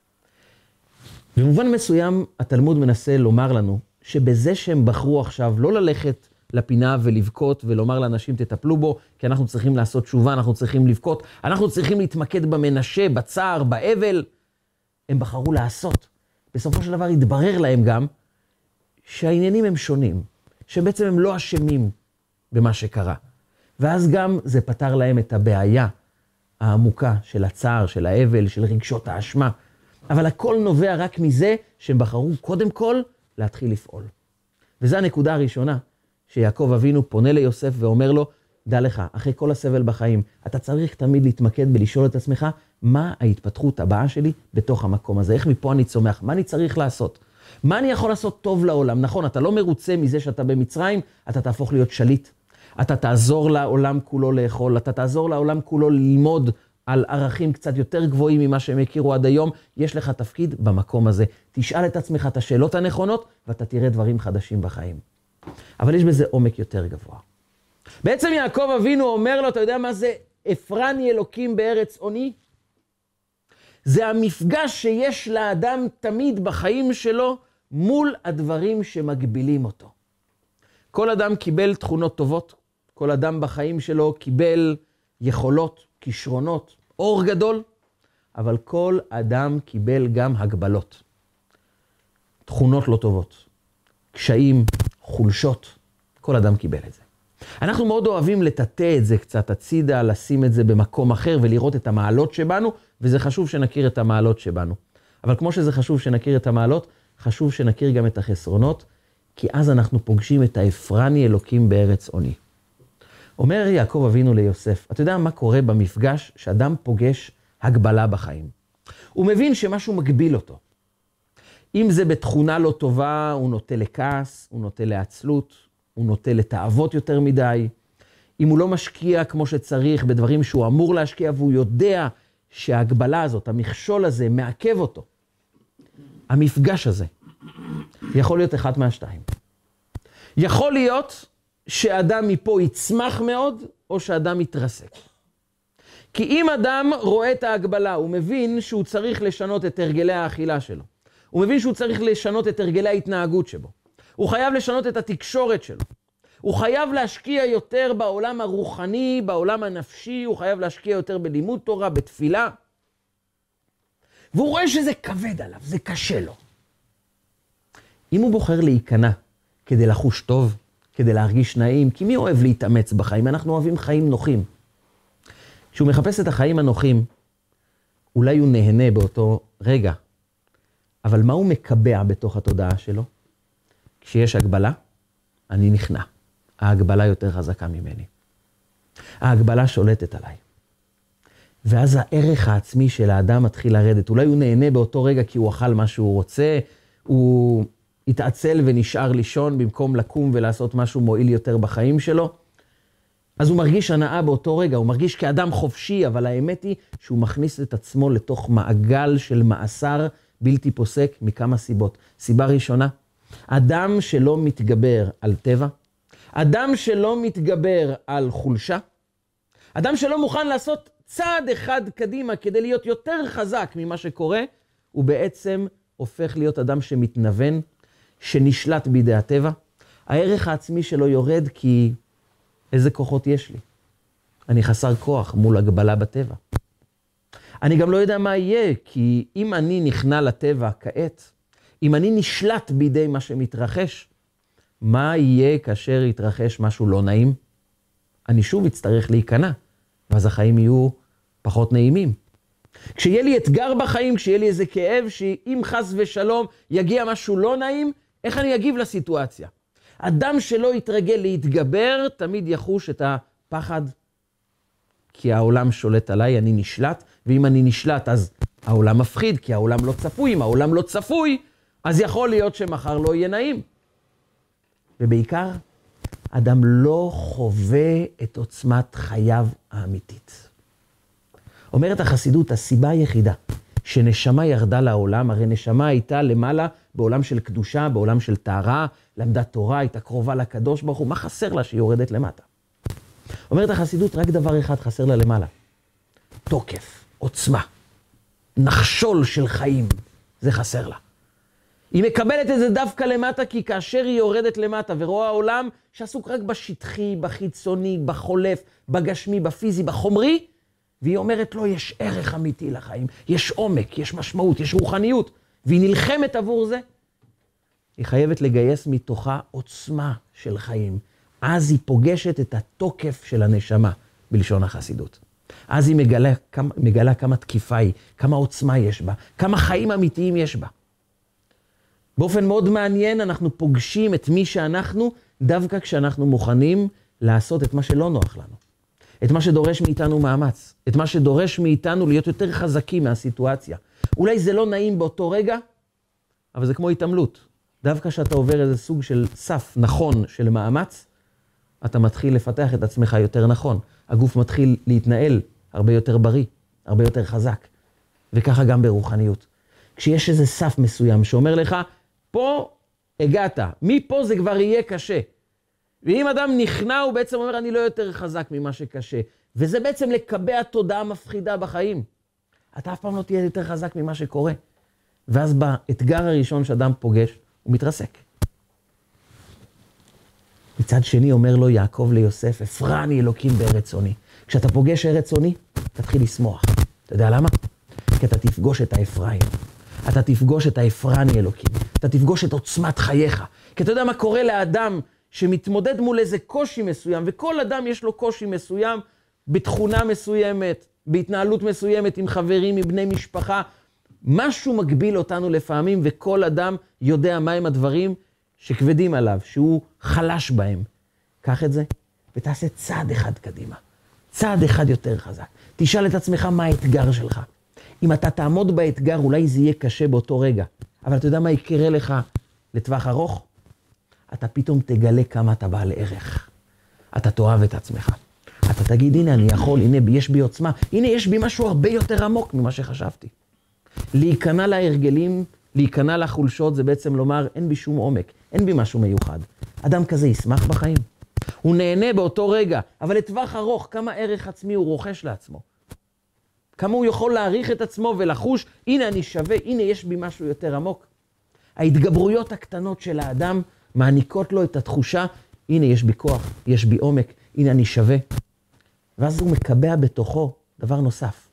במובן מסוים, התלמוד מנסה לומר לנו, שבזה שהם בחרו עכשיו לא ללכת לפינה ולבכות ולומר לאנשים תטפלו בו, כי אנחנו צריכים לעשות תשובה, אנחנו צריכים לבכות, אנחנו צריכים להתמקד במנשה, בצער, באבל, הם בחרו לעשות. בסופו של דבר התברר להם גם שהעניינים הם שונים, שבעצם הם לא אשמים במה שקרה. ואז גם זה פתר להם את הבעיה העמוקה של הצער, של האבל, של רגשות האשמה. אבל הכל נובע רק מזה שהם בחרו קודם כל להתחיל לפעול. וזו הנקודה הראשונה שיעקב אבינו פונה ליוסף ואומר לו, דע לך, אחרי כל הסבל בחיים, אתה צריך תמיד להתמקד בלשאול את עצמך, מה ההתפתחות הבאה שלי בתוך המקום הזה? איך מפה אני צומח? מה אני צריך לעשות? מה אני יכול לעשות טוב לעולם? נכון, אתה לא מרוצה מזה שאתה במצרים, אתה תהפוך להיות שליט. אתה תעזור לעולם כולו לאכול, אתה תעזור לעולם כולו ללמוד על ערכים קצת יותר גבוהים ממה שהם הכירו עד היום. יש לך תפקיד במקום הזה. תשאל את עצמך את השאלות הנכונות, ואתה תראה דברים חדשים בחיים. אבל יש בזה עומק יותר גבוה. בעצם יעקב אבינו אומר לו, אתה יודע מה זה אפרני אלוקים בארץ עוני? זה המפגש שיש לאדם תמיד בחיים שלו מול הדברים שמגבילים אותו. כל אדם קיבל תכונות טובות, כל אדם בחיים שלו קיבל יכולות, כישרונות, אור גדול, אבל כל אדם קיבל גם הגבלות. תכונות לא טובות, קשיים, חולשות, כל אדם קיבל את זה. אנחנו מאוד אוהבים לטאטא את זה קצת הצידה, לשים את זה במקום אחר ולראות את המעלות שבנו, וזה חשוב שנכיר את המעלות שבנו. אבל כמו שזה חשוב שנכיר את המעלות, חשוב שנכיר גם את החסרונות, כי אז אנחנו פוגשים את האפרני אלוקים בארץ עוני. אומר יעקב אבינו ליוסף, אתה יודע מה קורה במפגש שאדם פוגש הגבלה בחיים? הוא מבין שמשהו מגביל אותו. אם זה בתכונה לא טובה, הוא נוטה לכעס, הוא נוטה לעצלות, הוא נוטה לתאוות יותר מדי. אם הוא לא משקיע כמו שצריך בדברים שהוא אמור להשקיע, והוא יודע שההגבלה הזאת, המכשול הזה, מעכב אותו. המפגש הזה יכול להיות אחד מהשתיים. יכול להיות שאדם מפה יצמח מאוד, או שאדם יתרסק. כי אם אדם רואה את ההגבלה, הוא מבין שהוא צריך לשנות את הרגלי האכילה שלו. הוא מבין שהוא צריך לשנות את הרגלי ההתנהגות שבו. הוא חייב לשנות את התקשורת שלו. הוא חייב להשקיע יותר בעולם הרוחני, בעולם הנפשי, הוא חייב להשקיע יותר בלימוד תורה, בתפילה. והוא רואה שזה כבד עליו, זה קשה לו. אם הוא בוחר להיכנע כדי לחוש טוב, כדי להרגיש נעים, כי מי אוהב להתאמץ בחיים? אנחנו אוהבים חיים נוחים. כשהוא מחפש את החיים הנוחים, אולי הוא נהנה באותו רגע, אבל מה הוא מקבע בתוך התודעה שלו? כשיש הגבלה, אני נכנע. ההגבלה יותר חזקה ממני. ההגבלה שולטת עליי. ואז הערך העצמי של האדם מתחיל לרדת. אולי הוא נהנה באותו רגע כי הוא אכל מה שהוא רוצה, הוא התעצל ונשאר לישון במקום לקום ולעשות משהו מועיל יותר בחיים שלו. אז הוא מרגיש הנאה באותו רגע, הוא מרגיש כאדם חופשי, אבל האמת היא שהוא מכניס את עצמו לתוך מעגל של מאסר בלתי פוסק מכמה סיבות. סיבה ראשונה, אדם שלא מתגבר על טבע, אדם שלא מתגבר על חולשה, אדם שלא מוכן לעשות צעד אחד קדימה כדי להיות יותר חזק ממה שקורה, הוא בעצם הופך להיות אדם שמתנוון, שנשלט בידי הטבע. הערך העצמי שלו יורד כי איזה כוחות יש לי? אני חסר כוח מול הגבלה בטבע. אני גם לא יודע מה יהיה, כי אם אני נכנע לטבע כעת, אם אני נשלט בידי מה שמתרחש, מה יהיה כאשר יתרחש משהו לא נעים? אני שוב אצטרך להיכנע, ואז החיים יהיו פחות נעימים. כשיהיה לי אתגר בחיים, כשיהיה לי איזה כאב, שאם חס ושלום יגיע משהו לא נעים, איך אני אגיב לסיטואציה? אדם שלא יתרגל להתגבר, תמיד יחוש את הפחד, כי העולם שולט עליי, אני נשלט, ואם אני נשלט אז העולם מפחיד, כי העולם לא צפוי, אם העולם לא צפוי, אז יכול להיות שמחר לא יהיה נעים. ובעיקר, אדם לא חווה את עוצמת חייו האמיתית. אומרת החסידות, הסיבה היחידה שנשמה ירדה לעולם, הרי נשמה הייתה למעלה בעולם של קדושה, בעולם של טהרה, למדה תורה, הייתה קרובה לקדוש ברוך הוא, מה חסר לה שהיא יורדת למטה? אומרת החסידות, רק דבר אחד חסר לה למעלה. תוקף, עוצמה, נחשול של חיים, זה חסר לה. היא מקבלת את זה דווקא למטה, כי כאשר היא יורדת למטה ורואה העולם שעסוק רק בשטחי, בחיצוני, בחולף, בגשמי, בפיזי, בחומרי, והיא אומרת לו, יש ערך אמיתי לחיים, יש עומק, יש משמעות, יש רוחניות, והיא נלחמת עבור זה, היא חייבת לגייס מתוכה עוצמה של חיים. אז היא פוגשת את התוקף של הנשמה, בלשון החסידות. אז היא מגלה, מגלה כמה תקיפה היא, כמה עוצמה יש בה, כמה חיים אמיתיים יש בה. באופן מאוד מעניין, אנחנו פוגשים את מי שאנחנו, דווקא כשאנחנו מוכנים לעשות את מה שלא נוח לנו. את מה שדורש מאיתנו מאמץ, את מה שדורש מאיתנו להיות יותר חזקים מהסיטואציה. אולי זה לא נעים באותו רגע, אבל זה כמו התעמלות. דווקא כשאתה עובר איזה סוג של סף נכון של מאמץ, אתה מתחיל לפתח את עצמך יותר נכון. הגוף מתחיל להתנהל הרבה יותר בריא, הרבה יותר חזק. וככה גם ברוחניות. כשיש איזה סף מסוים שאומר לך, פה הגעת, מפה זה כבר יהיה קשה. ואם אדם נכנע, הוא בעצם אומר, אני לא יותר חזק ממה שקשה. וזה בעצם לקבע תודעה מפחידה בחיים. אתה אף פעם לא תהיה יותר חזק ממה שקורה. ואז באתגר הראשון שאדם פוגש, הוא מתרסק. מצד שני אומר לו יעקב ליוסף, אפרני אלוקים בארץ עוני. כשאתה פוגש ארץ עוני, תתחיל לשמוח. אתה יודע למה? כי אתה תפגוש את האפרים. אתה תפגוש את האפרני אלוקים. אתה תפגוש את עוצמת חייך. כי אתה יודע מה קורה לאדם שמתמודד מול איזה קושי מסוים, וכל אדם יש לו קושי מסוים, בתכונה מסוימת, בהתנהלות מסוימת עם חברים, עם בני משפחה. משהו מגביל אותנו לפעמים, וכל אדם יודע מהם הדברים שכבדים עליו, שהוא חלש בהם. קח את זה ותעשה צעד אחד קדימה. צעד אחד יותר חזק. תשאל את עצמך מה האתגר שלך. אם אתה תעמוד באתגר, אולי זה יהיה קשה באותו רגע. אבל אתה יודע מה יקרה לך לטווח ארוך? אתה פתאום תגלה כמה אתה בעל ערך. אתה תאהב את עצמך. אתה תגיד, הנה אני יכול, הנה יש בי עוצמה, הנה יש בי משהו הרבה יותר עמוק ממה שחשבתי. להיכנע להרגלים, להיכנע לחולשות, זה בעצם לומר, אין בי שום עומק, אין בי משהו מיוחד. אדם כזה ישמח בחיים. הוא נהנה באותו רגע, אבל לטווח ארוך, כמה ערך עצמי הוא רוכש לעצמו. כמה הוא יכול להעריך את עצמו ולחוש, הנה אני שווה, הנה יש בי משהו יותר עמוק. ההתגברויות הקטנות של האדם מעניקות לו את התחושה, הנה יש בי כוח, יש בי עומק, הנה אני שווה. ואז הוא מקבע בתוכו דבר נוסף.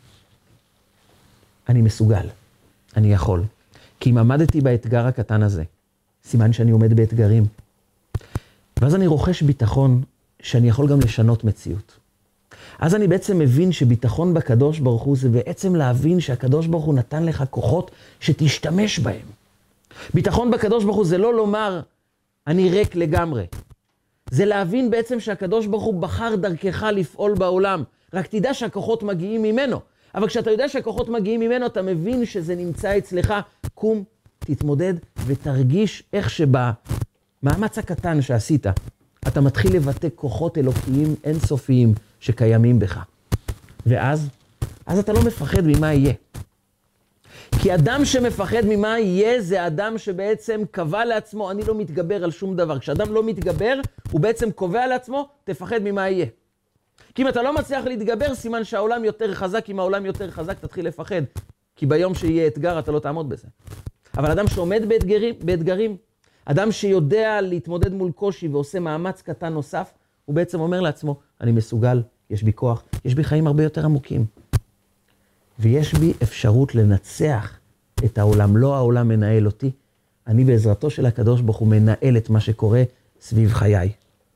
אני מסוגל, אני יכול. כי אם עמדתי באתגר הקטן הזה, סימן שאני עומד באתגרים. ואז אני רוכש ביטחון שאני יכול גם לשנות מציאות. אז אני בעצם מבין שביטחון בקדוש ברוך הוא זה בעצם להבין שהקדוש ברוך הוא נתן לך כוחות שתשתמש בהם. ביטחון בקדוש ברוך הוא זה לא לומר אני ריק לגמרי. זה להבין בעצם שהקדוש ברוך הוא בחר דרכך לפעול בעולם. רק תדע שהכוחות מגיעים ממנו. אבל כשאתה יודע שהכוחות מגיעים ממנו, אתה מבין שזה נמצא אצלך. קום, תתמודד ותרגיש איך שבמאמץ הקטן שעשית, אתה מתחיל לבטא כוחות אלוקיים אינסופיים שקיימים בך. ואז, אז אתה לא מפחד ממה יהיה. כי אדם שמפחד ממה יהיה, זה אדם שבעצם קבע לעצמו, אני לא מתגבר על שום דבר. כשאדם לא מתגבר, הוא בעצם קובע לעצמו, תפחד ממה יהיה. כי אם אתה לא מצליח להתגבר, סימן שהעולם יותר חזק, אם העולם יותר חזק, תתחיל לפחד. כי ביום שיהיה אתגר, אתה לא תעמוד בזה. אבל אדם שעומד באתגרים, באתגרים, אדם שיודע להתמודד מול קושי ועושה מאמץ קטן נוסף, הוא בעצם אומר לעצמו, אני מסוגל, יש בי כוח, יש בי חיים הרבה יותר עמוקים. ויש בי אפשרות לנצח את העולם, לא העולם מנהל אותי. אני בעזרתו של הקדוש ברוך הוא מנהל את מה שקורה סביב חיי.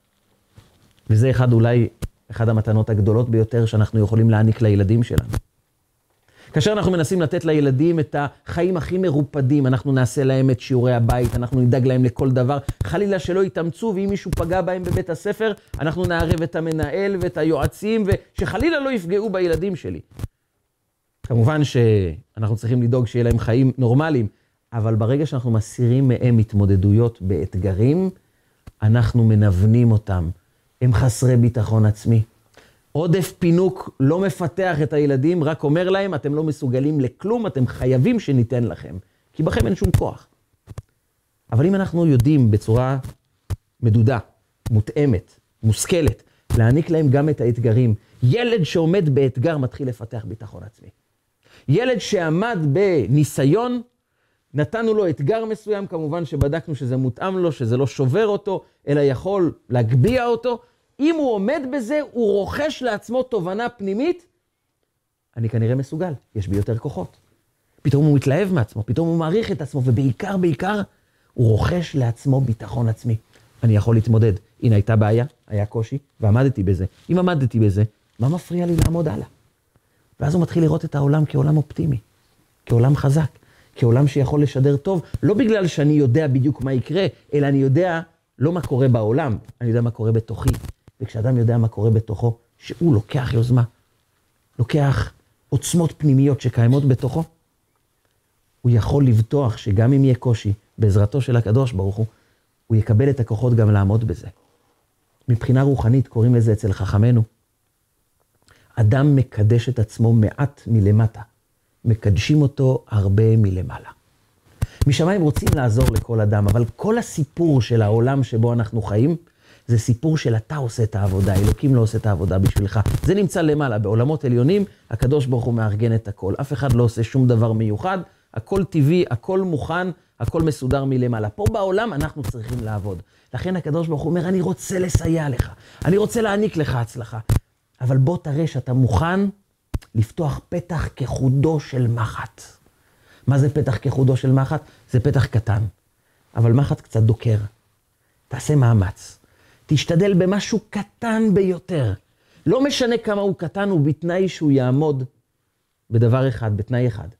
וזה אחד אולי, אחד המתנות הגדולות ביותר שאנחנו יכולים להעניק לילדים שלנו. כאשר אנחנו מנסים לתת לילדים את החיים הכי מרופדים, אנחנו נעשה להם את שיעורי הבית, אנחנו נדאג להם לכל דבר, חלילה שלא יתאמצו, ואם מישהו פגע בהם בבית הספר, אנחנו נערב את המנהל ואת היועצים, ושחלילה לא יפגעו בילדים שלי. כמובן שאנחנו צריכים לדאוג שיהיה להם חיים נורמליים, אבל ברגע שאנחנו מסירים מהם התמודדויות באתגרים, אנחנו מנוונים אותם. הם חסרי ביטחון עצמי. עודף פינוק לא מפתח את הילדים, רק אומר להם, אתם לא מסוגלים לכלום, אתם חייבים שניתן לכם, כי בכם אין שום כוח. אבל אם אנחנו יודעים בצורה מדודה, מותאמת, מושכלת, להעניק להם גם את האתגרים, ילד שעומד באתגר מתחיל לפתח ביטחון עצמי. ילד שעמד בניסיון, נתנו לו אתגר מסוים, כמובן שבדקנו שזה מותאם לו, שזה לא שובר אותו, אלא יכול להגביע אותו. אם הוא עומד בזה, הוא רוכש לעצמו תובנה פנימית, אני כנראה מסוגל, יש בי יותר כוחות. פתאום הוא מתלהב מעצמו, פתאום הוא מעריך את עצמו, ובעיקר, בעיקר, הוא רוכש לעצמו ביטחון עצמי. אני יכול להתמודד. הנה הייתה בעיה, היה קושי, ועמדתי בזה. אם עמדתי בזה, מה מפריע לי לעמוד הלאה? ואז הוא מתחיל לראות את העולם כעולם אופטימי, כעולם חזק, כעולם שיכול לשדר טוב, לא בגלל שאני יודע בדיוק מה יקרה, אלא אני יודע לא מה קורה בעולם, אני יודע מה קורה בתוכי. וכשאדם יודע מה קורה בתוכו, שהוא לוקח יוזמה, לוקח עוצמות פנימיות שקיימות בתוכו, הוא יכול לבטוח שגם אם יהיה קושי, בעזרתו של הקדוש ברוך הוא, הוא יקבל את הכוחות גם לעמוד בזה. מבחינה רוחנית קוראים לזה אצל חכמנו, אדם מקדש את עצמו מעט מלמטה, מקדשים אותו הרבה מלמעלה. משמיים רוצים לעזור לכל אדם, אבל כל הסיפור של העולם שבו אנחנו חיים, זה סיפור של אתה עושה את העבודה, אלוקים לא עושה את העבודה בשבילך. זה נמצא למעלה, בעולמות עליונים, הקדוש ברוך הוא מארגן את הכל. אף אחד לא עושה שום דבר מיוחד, הכל טבעי, הכל מוכן, הכל מסודר מלמעלה. פה בעולם אנחנו צריכים לעבוד. לכן הקדוש ברוך הוא אומר, אני רוצה לסייע לך, אני רוצה להעניק לך הצלחה. אבל בוא תראה שאתה מוכן לפתוח פתח כחודו של מחט. מה זה פתח כחודו של מחט? זה פתח קטן, אבל מחט קצת דוקר. תעשה מאמץ. תשתדל במשהו קטן ביותר. לא משנה כמה הוא קטן, הוא בתנאי שהוא יעמוד בדבר אחד, בתנאי אחד.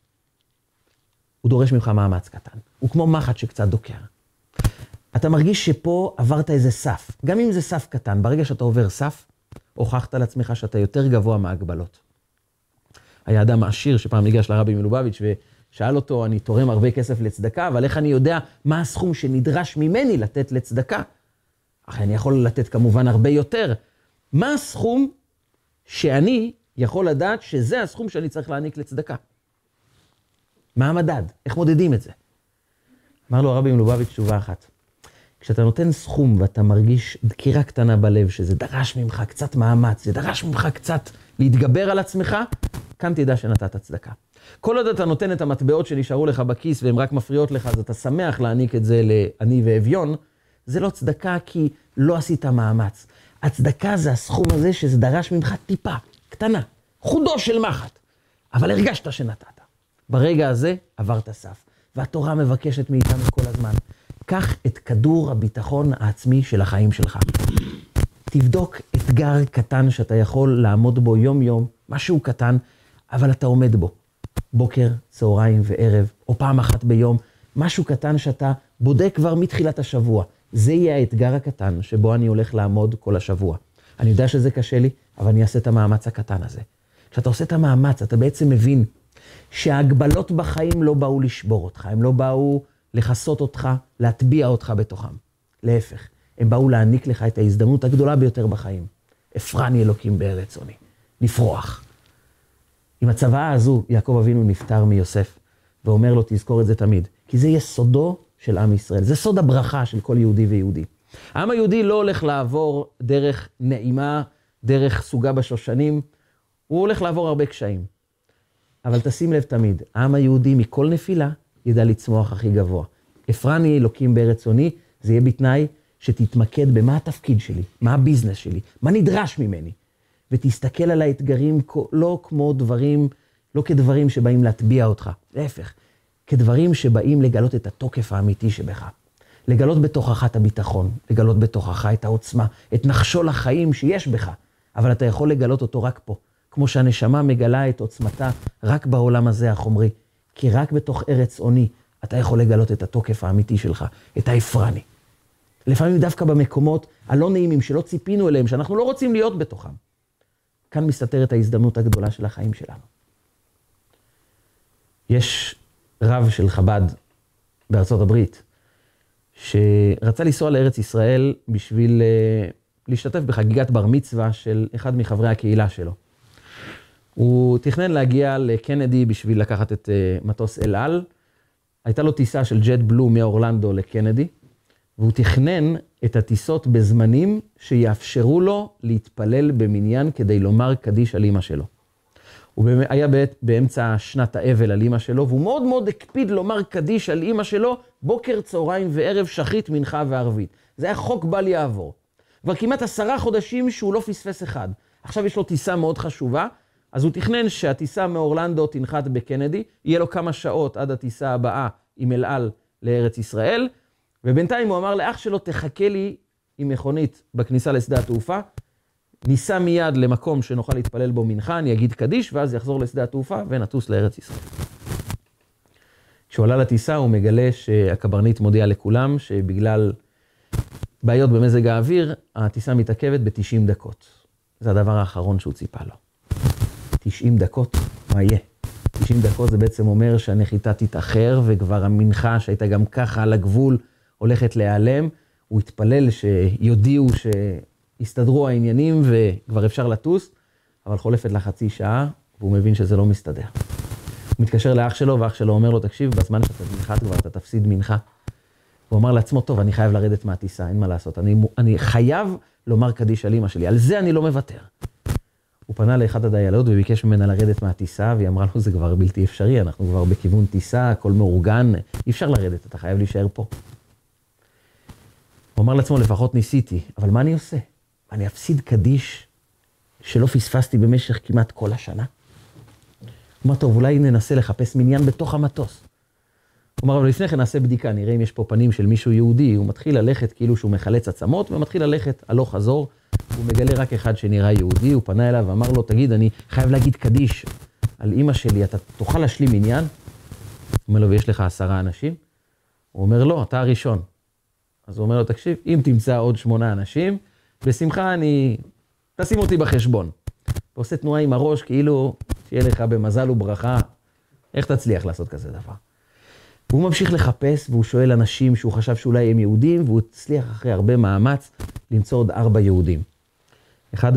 הוא דורש ממך מאמץ קטן. הוא כמו מחט שקצת דוקר. אתה מרגיש שפה עברת איזה סף. גם אם זה סף קטן, ברגע שאתה עובר סף, הוכחת לעצמך שאתה יותר גבוה מההגבלות. היה אדם עשיר שפעם ניגש לרבי מלובביץ' ושאל אותו, אני תורם הרבה כסף לצדקה, אבל איך אני יודע מה הסכום שנדרש ממני לתת לצדקה? אך אני יכול לתת כמובן הרבה יותר. מה הסכום שאני יכול לדעת שזה הסכום שאני צריך להעניק לצדקה? מה המדד? איך מודדים את זה? אמר לו הרבי מלובביץ' תשובה אחת. כשאתה נותן סכום ואתה מרגיש דקירה קטנה בלב, שזה דרש ממך קצת מאמץ, זה דרש ממך קצת להתגבר על עצמך, כאן תדע שנתת צדקה. כל עוד אתה נותן את המטבעות שנשארו לך בכיס והן רק מפריעות לך, אז אתה שמח להעניק את זה לעני ואביון, זה לא צדקה כי לא עשית מאמץ. הצדקה זה הסכום הזה שזה דרש ממך טיפה, קטנה, חודו של מחט, אבל הרגשת שנתת. ברגע הזה עברת סף, והתורה מבקשת מאיתנו כל הזמן. קח את כדור הביטחון העצמי של החיים שלך. תבדוק אתגר קטן שאתה יכול לעמוד בו יום יום, משהו קטן, אבל אתה עומד בו. בוקר, צהריים וערב, או פעם אחת ביום, משהו קטן שאתה בודק כבר מתחילת השבוע. זה יהיה האתגר הקטן שבו אני הולך לעמוד כל השבוע. אני יודע שזה קשה לי, אבל אני אעשה את המאמץ הקטן הזה. כשאתה עושה את המאמץ, אתה בעצם מבין שההגבלות בחיים לא באו לשבור אותך, הם לא באו לחסות אותך, להטביע אותך בתוכם. להפך, הם באו להעניק לך את ההזדמנות הגדולה ביותר בחיים. אפרני אלוקים בארץ צאני, לפרוח. עם הצוואה הזו, יעקב אבינו נפטר מיוסף, ואומר לו, תזכור את זה תמיד, כי זה יסודו של עם ישראל, זה סוד הברכה של כל יהודי ויהודי. העם היהודי לא הולך לעבור דרך נעימה, דרך סוגה בשושנים, הוא הולך לעבור הרבה קשיים. אבל תשים לב תמיד, העם היהודי מכל נפילה ידע לצמוח הכי גבוה. אפרני אלוקים בארץ צאני, זה יהיה בתנאי שתתמקד במה התפקיד שלי, מה הביזנס שלי, מה נדרש ממני. ותסתכל על האתגרים לא כמו דברים, לא כדברים שבאים להטביע אותך, להפך, כדברים שבאים לגלות את התוקף האמיתי שבך. לגלות בתוכך את הביטחון, לגלות בתוכך את העוצמה, את נחשול החיים שיש בך, אבל אתה יכול לגלות אותו רק פה. כמו שהנשמה מגלה את עוצמתה רק בעולם הזה החומרי, כי רק בתוך ארץ צאני אתה יכול לגלות את התוקף האמיתי שלך, את האפרני. לפעמים דווקא במקומות הלא נעימים שלא ציפינו אליהם, שאנחנו לא רוצים להיות בתוכם. כאן מסתתרת ההזדמנות הגדולה של החיים שלנו. יש רב של חב"ד בארצות הברית, שרצה לנסוע לארץ ישראל בשביל uh, להשתתף בחגיגת בר מצווה של אחד מחברי הקהילה שלו. הוא תכנן להגיע לקנדי בשביל לקחת את uh, מטוס אל על. הייתה לו טיסה של ג'ט בלו מאורלנדו לקנדי, והוא תכנן את הטיסות בזמנים שיאפשרו לו להתפלל במניין כדי לומר קדיש על אמא שלו. הוא היה באמצע שנת האבל על אמא שלו, והוא מאוד מאוד הקפיד לומר קדיש על אמא שלו, בוקר, צהריים וערב, שחית, מנחה וערבית. זה היה חוק בל יעבור. כבר כמעט עשרה חודשים שהוא לא פספס אחד. עכשיו יש לו טיסה מאוד חשובה, אז הוא תכנן שהטיסה מאורלנדו תנחת בקנדי, יהיה לו כמה שעות עד הטיסה הבאה עם אל על לארץ ישראל, ובינתיים הוא אמר לאח שלו, תחכה לי עם מכונית בכניסה לשדה התעופה, ניסע מיד למקום שנוכל להתפלל בו מנחה, אני אגיד קדיש, ואז יחזור לשדה התעופה ונטוס לארץ ישראל. כשהוא עלה לטיסה הוא מגלה שהקברניט מודיע לכולם שבגלל בעיות במזג האוויר, הטיסה מתעכבת ב-תשעים דקות. זה הדבר האחרון שהוא ציפה לו. תשעים דקות, מה יהיה? תשעים דקות זה בעצם אומר שהנחיתה תתאחר, וכבר המנחה שהייתה גם ככה על הגבול הולכת להיעלם. הוא התפלל שיודיעו שיסתדרו העניינים וכבר אפשר לטוס, אבל חולפת לה חצי שעה, והוא מבין שזה לא מסתדר. הוא מתקשר לאח שלו, ואח שלו אומר לו, תקשיב, בזמן שאתה מנחת כבר אתה תפסיד מנחה. הוא אמר לעצמו, טוב, אני חייב לרדת מהטיסה, אין מה לעשות. אני, אני חייב לומר קדיש על אמא שלי, על זה אני לא מוותר. הוא פנה לאחד הדיילות וביקש ממנה לרדת מהטיסה, והיא אמרה לו, זה כבר בלתי אפשרי, אנחנו כבר בכיוון טיסה, הכל מאורגן, אי אפשר לרדת, אתה חייב להישאר פה. הוא אמר לעצמו, לפחות ניסיתי, אבל מה אני עושה? אני אפסיד קדיש שלא פספסתי במשך כמעט כל השנה? הוא אמר, טוב, אולי ננסה לחפש מניין בתוך המטוס. הוא אמר, אבל לפני כן נעשה בדיקה, נראה אם יש פה פנים של מישהו יהודי, הוא מתחיל ללכת כאילו שהוא מחלץ עצמות, ומתחיל ללכת הלוך חזור, הוא מגלה רק אחד שנראה יהודי, הוא פנה אליו ואמר לו, תגיד, אני חייב להגיד קדיש על אמא שלי, אתה תוכל להשלים עניין? הוא אומר לו, ויש לך עשרה אנשים? הוא אומר, לא, אתה הראשון. אז הוא אומר לו, תקשיב, אם תמצא עוד שמונה אנשים, בשמחה אני, תשים אותי בחשבון. ועושה תנועה עם הראש, כאילו, שיהיה לך במזל וברכה, איך תצליח לעשות כזה דבר? והוא ממשיך לחפש, והוא שואל אנשים שהוא חשב שאולי הם יהודים, והוא הצליח אחרי הרבה מאמץ למצוא עוד ארבע יהודים. אחד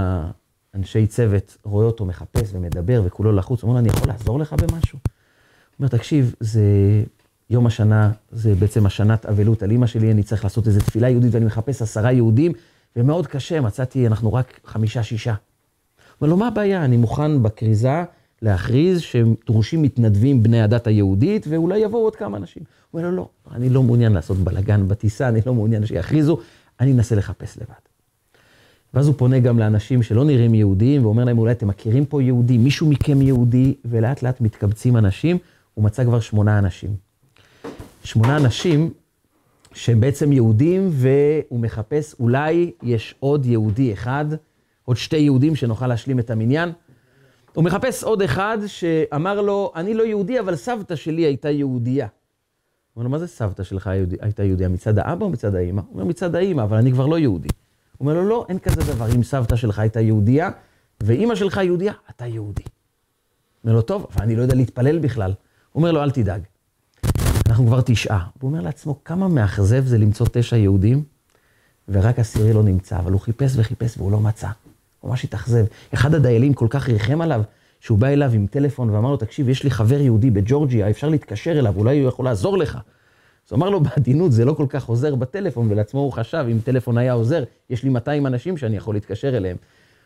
מהאנשי צוות רואה אותו מחפש ומדבר, וכולו לחוץ, הוא אומר, אני יכול לעזור לך במשהו? הוא אומר, תקשיב, זה יום השנה, זה בעצם השנת אבלות על אמא שלי, אני צריך לעשות איזו תפילה יהודית, ואני מחפש עשרה יהודים, ומאוד קשה, מצאתי, אנחנו רק חמישה, שישה. הוא אומר לו, מה הבעיה? אני מוכן בקריזה להכריז שדרושים מתנדבים בני הדת היהודית, ואולי יבואו עוד כמה אנשים. הוא אומר לו, לא, אני לא מעוניין לעשות בלגן בטיסה, אני לא מעוניין שיכריזו, אני אנסה לחפש לבד. ואז הוא פונה גם לאנשים שלא נראים יהודים, ואומר להם, אולי אתם מכירים פה יהודי, מישהו מכם יהודי, ולאט לאט מתקבצים אנשים, הוא מצא כבר שמונה אנשים. שמונה אנשים שהם בעצם יהודים, והוא מחפש, אולי יש עוד יהודי אחד, עוד שתי יהודים שנוכל להשלים את המניין. הוא מחפש עוד אחד שאמר לו, אני לא יהודי, אבל סבתא שלי הייתה יהודייה. הוא אומר לו, מה זה סבתא שלך הייתה יהודייה? מצד האבא או מצד האמא? הוא אומר, מצד האמא, אבל אני כבר לא יהודי. הוא אומר לו, לא, אין כזה דבר. אם סבתא שלך הייתה יהודייה, ואמא שלך יהודייה, אתה יהודי. הוא אומר לו, טוב, אבל אני לא יודע להתפלל בכלל. הוא אומר לו, אל תדאג. אנחנו כבר תשעה. הוא אומר לעצמו, כמה מאכזב זה למצוא תשע יהודים, ורק עשירי לא נמצא, אבל הוא חיפש וחיפש והוא לא מצא. הוא ממש התאכזב. אחד הדיילים כל כך ריחם עליו, שהוא בא אליו עם טלפון ואמר לו, תקשיב, יש לי חבר יהודי בג'ורג'יה, אפשר להתקשר אליו, אולי הוא יכול לעזור לך. אז הוא אמר לו, בעדינות, זה לא כל כך עוזר בטלפון, ולעצמו הוא חשב, אם טלפון היה עוזר, יש לי מאתיים אנשים שאני יכול להתקשר אליהם.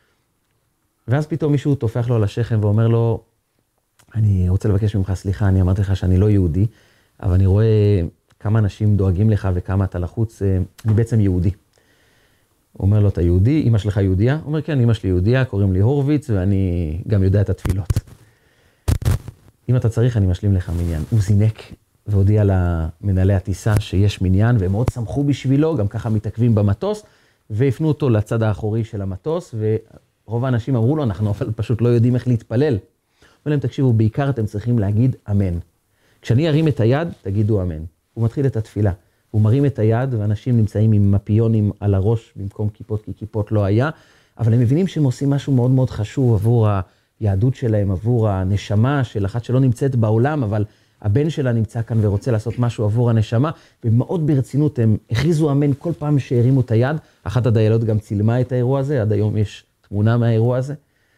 ואז פתאום מישהו תופח לו על השכם ואומר לו, אני רוצה לבקש ממך סליחה, אני אמרתי לך שאני לא יהודי, אבל אני רואה כמה אנשים דואגים לך וכמה אתה לחוץ, אני בעצם יהודי. הוא אומר לו, אתה יהודי? אמא שלך יהודיה? הוא אומר, כן, אמא שלי יהודיה, קוראים לי הורוביץ, ואני גם יודע את התפילות. אם אתה צריך, אני משלים לך מניין. הוא זינק והודיע למנהלי הטיסה שיש מניין, והם מאוד שמחו בשבילו, גם ככה מתעכבים במטוס, והפנו אותו לצד האחורי של המטוס, ורוב האנשים אמרו לו, אנחנו פשוט לא יודעים איך להתפלל. אומר להם, תקשיבו, בעיקר אתם צריכים להגיד אמן. כשאני ארים את היד, תגידו אמן. הוא מתחיל את התפילה. הוא מרים את היד, ואנשים נמצאים עם מפיונים על הראש, במקום כיפות, כי כיפות לא היה, אבל הם מבינים שהם עושים משהו מאוד מאוד חשוב עבור היהדות שלהם, עבור הנשמה של אחת שלא נמצאת בעולם, אבל הבן שלה נמצא כאן ורוצה לעשות משהו עבור הנשמה, ומאוד ברצינות הם הכריזו אמן כל פעם שהרימו את היד. אחת הדיילות גם צילמה את האירוע הזה, עד היום יש תמונה מהאירוע הזה.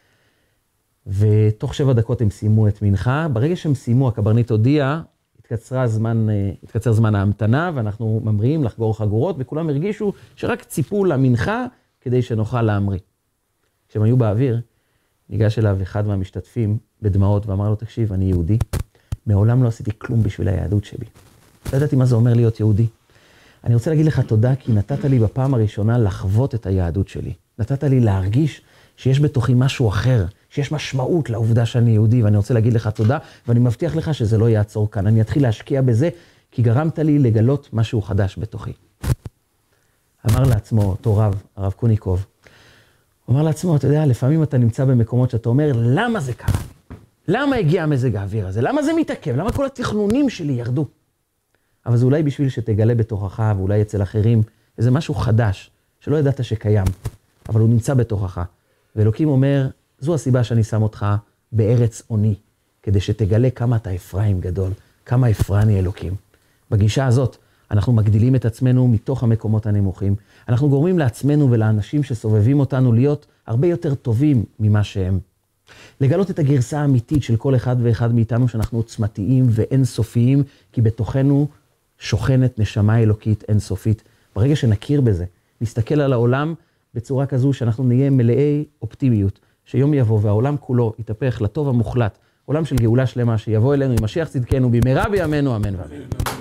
ותוך שבע דקות הם סיימו את מנחה. ברגע שהם סיימו, הקברניט הודיע, התקצר זמן, התקצר זמן ההמתנה, ואנחנו ממריאים לחגור חגורות, וכולם הרגישו שרק ציפו למנחה כדי שנוכל להמריא. כשהם היו באוויר, ניגש אליו אחד מהמשתתפים בדמעות ואמר לו, תקשיב, אני יהודי, מעולם לא עשיתי כלום בשביל היהדות שלי. לא ידעתי מה זה אומר להיות יהודי. אני רוצה להגיד לך תודה, כי נתת לי בפעם הראשונה לחוות את היהדות שלי. נתת לי להרגיש שיש בתוכי משהו אחר, שיש משמעות לעובדה שאני יהודי, ואני רוצה להגיד לך תודה, ואני מבטיח לך שזה לא יעצור כאן. אני אתחיל להשקיע בזה, כי גרמת לי לגלות משהו חדש בתוכי. אמר לעצמו, אותו רב, הרב קוניקוב, הוא אמר לעצמו, אתה יודע, לפעמים אתה נמצא במקומות שאתה אומר, למה זה קרה? למה הגיע מזג האוויר הזה? למה זה מתעכב? למה כל התכנונים שלי ירדו? אבל זה אולי בשביל שתגלה בתוכך, ואולי אצל אחרים, איזה משהו חדש, שלא ידעת שקיים, אבל הוא נמצא בתוכך. ואלוקים אומר, זו הסיבה שאני שם אותך בארץ עוני, כדי שתגלה כמה אתה אפרים גדול, כמה אפרני אלוקים. בגישה הזאת, אנחנו מגדילים את עצמנו מתוך המקומות הנמוכים. אנחנו גורמים לעצמנו ולאנשים שסובבים אותנו להיות הרבה יותר טובים ממה שהם. לגלות את הגרסה האמיתית של כל אחד ואחד מאיתנו, שאנחנו עוצמתיים ואינסופיים, כי בתוכנו שוכנת נשמה אלוקית אינסופית. ברגע שנכיר בזה, נסתכל על העולם בצורה כזו שאנחנו נהיה מלאי אופטימיות, שיום יבוא והעולם כולו יתהפך לטוב המוחלט, עולם של גאולה שלמה שיבוא אלינו עם משיח צדקנו במהרה בימינו, אמן ואמן.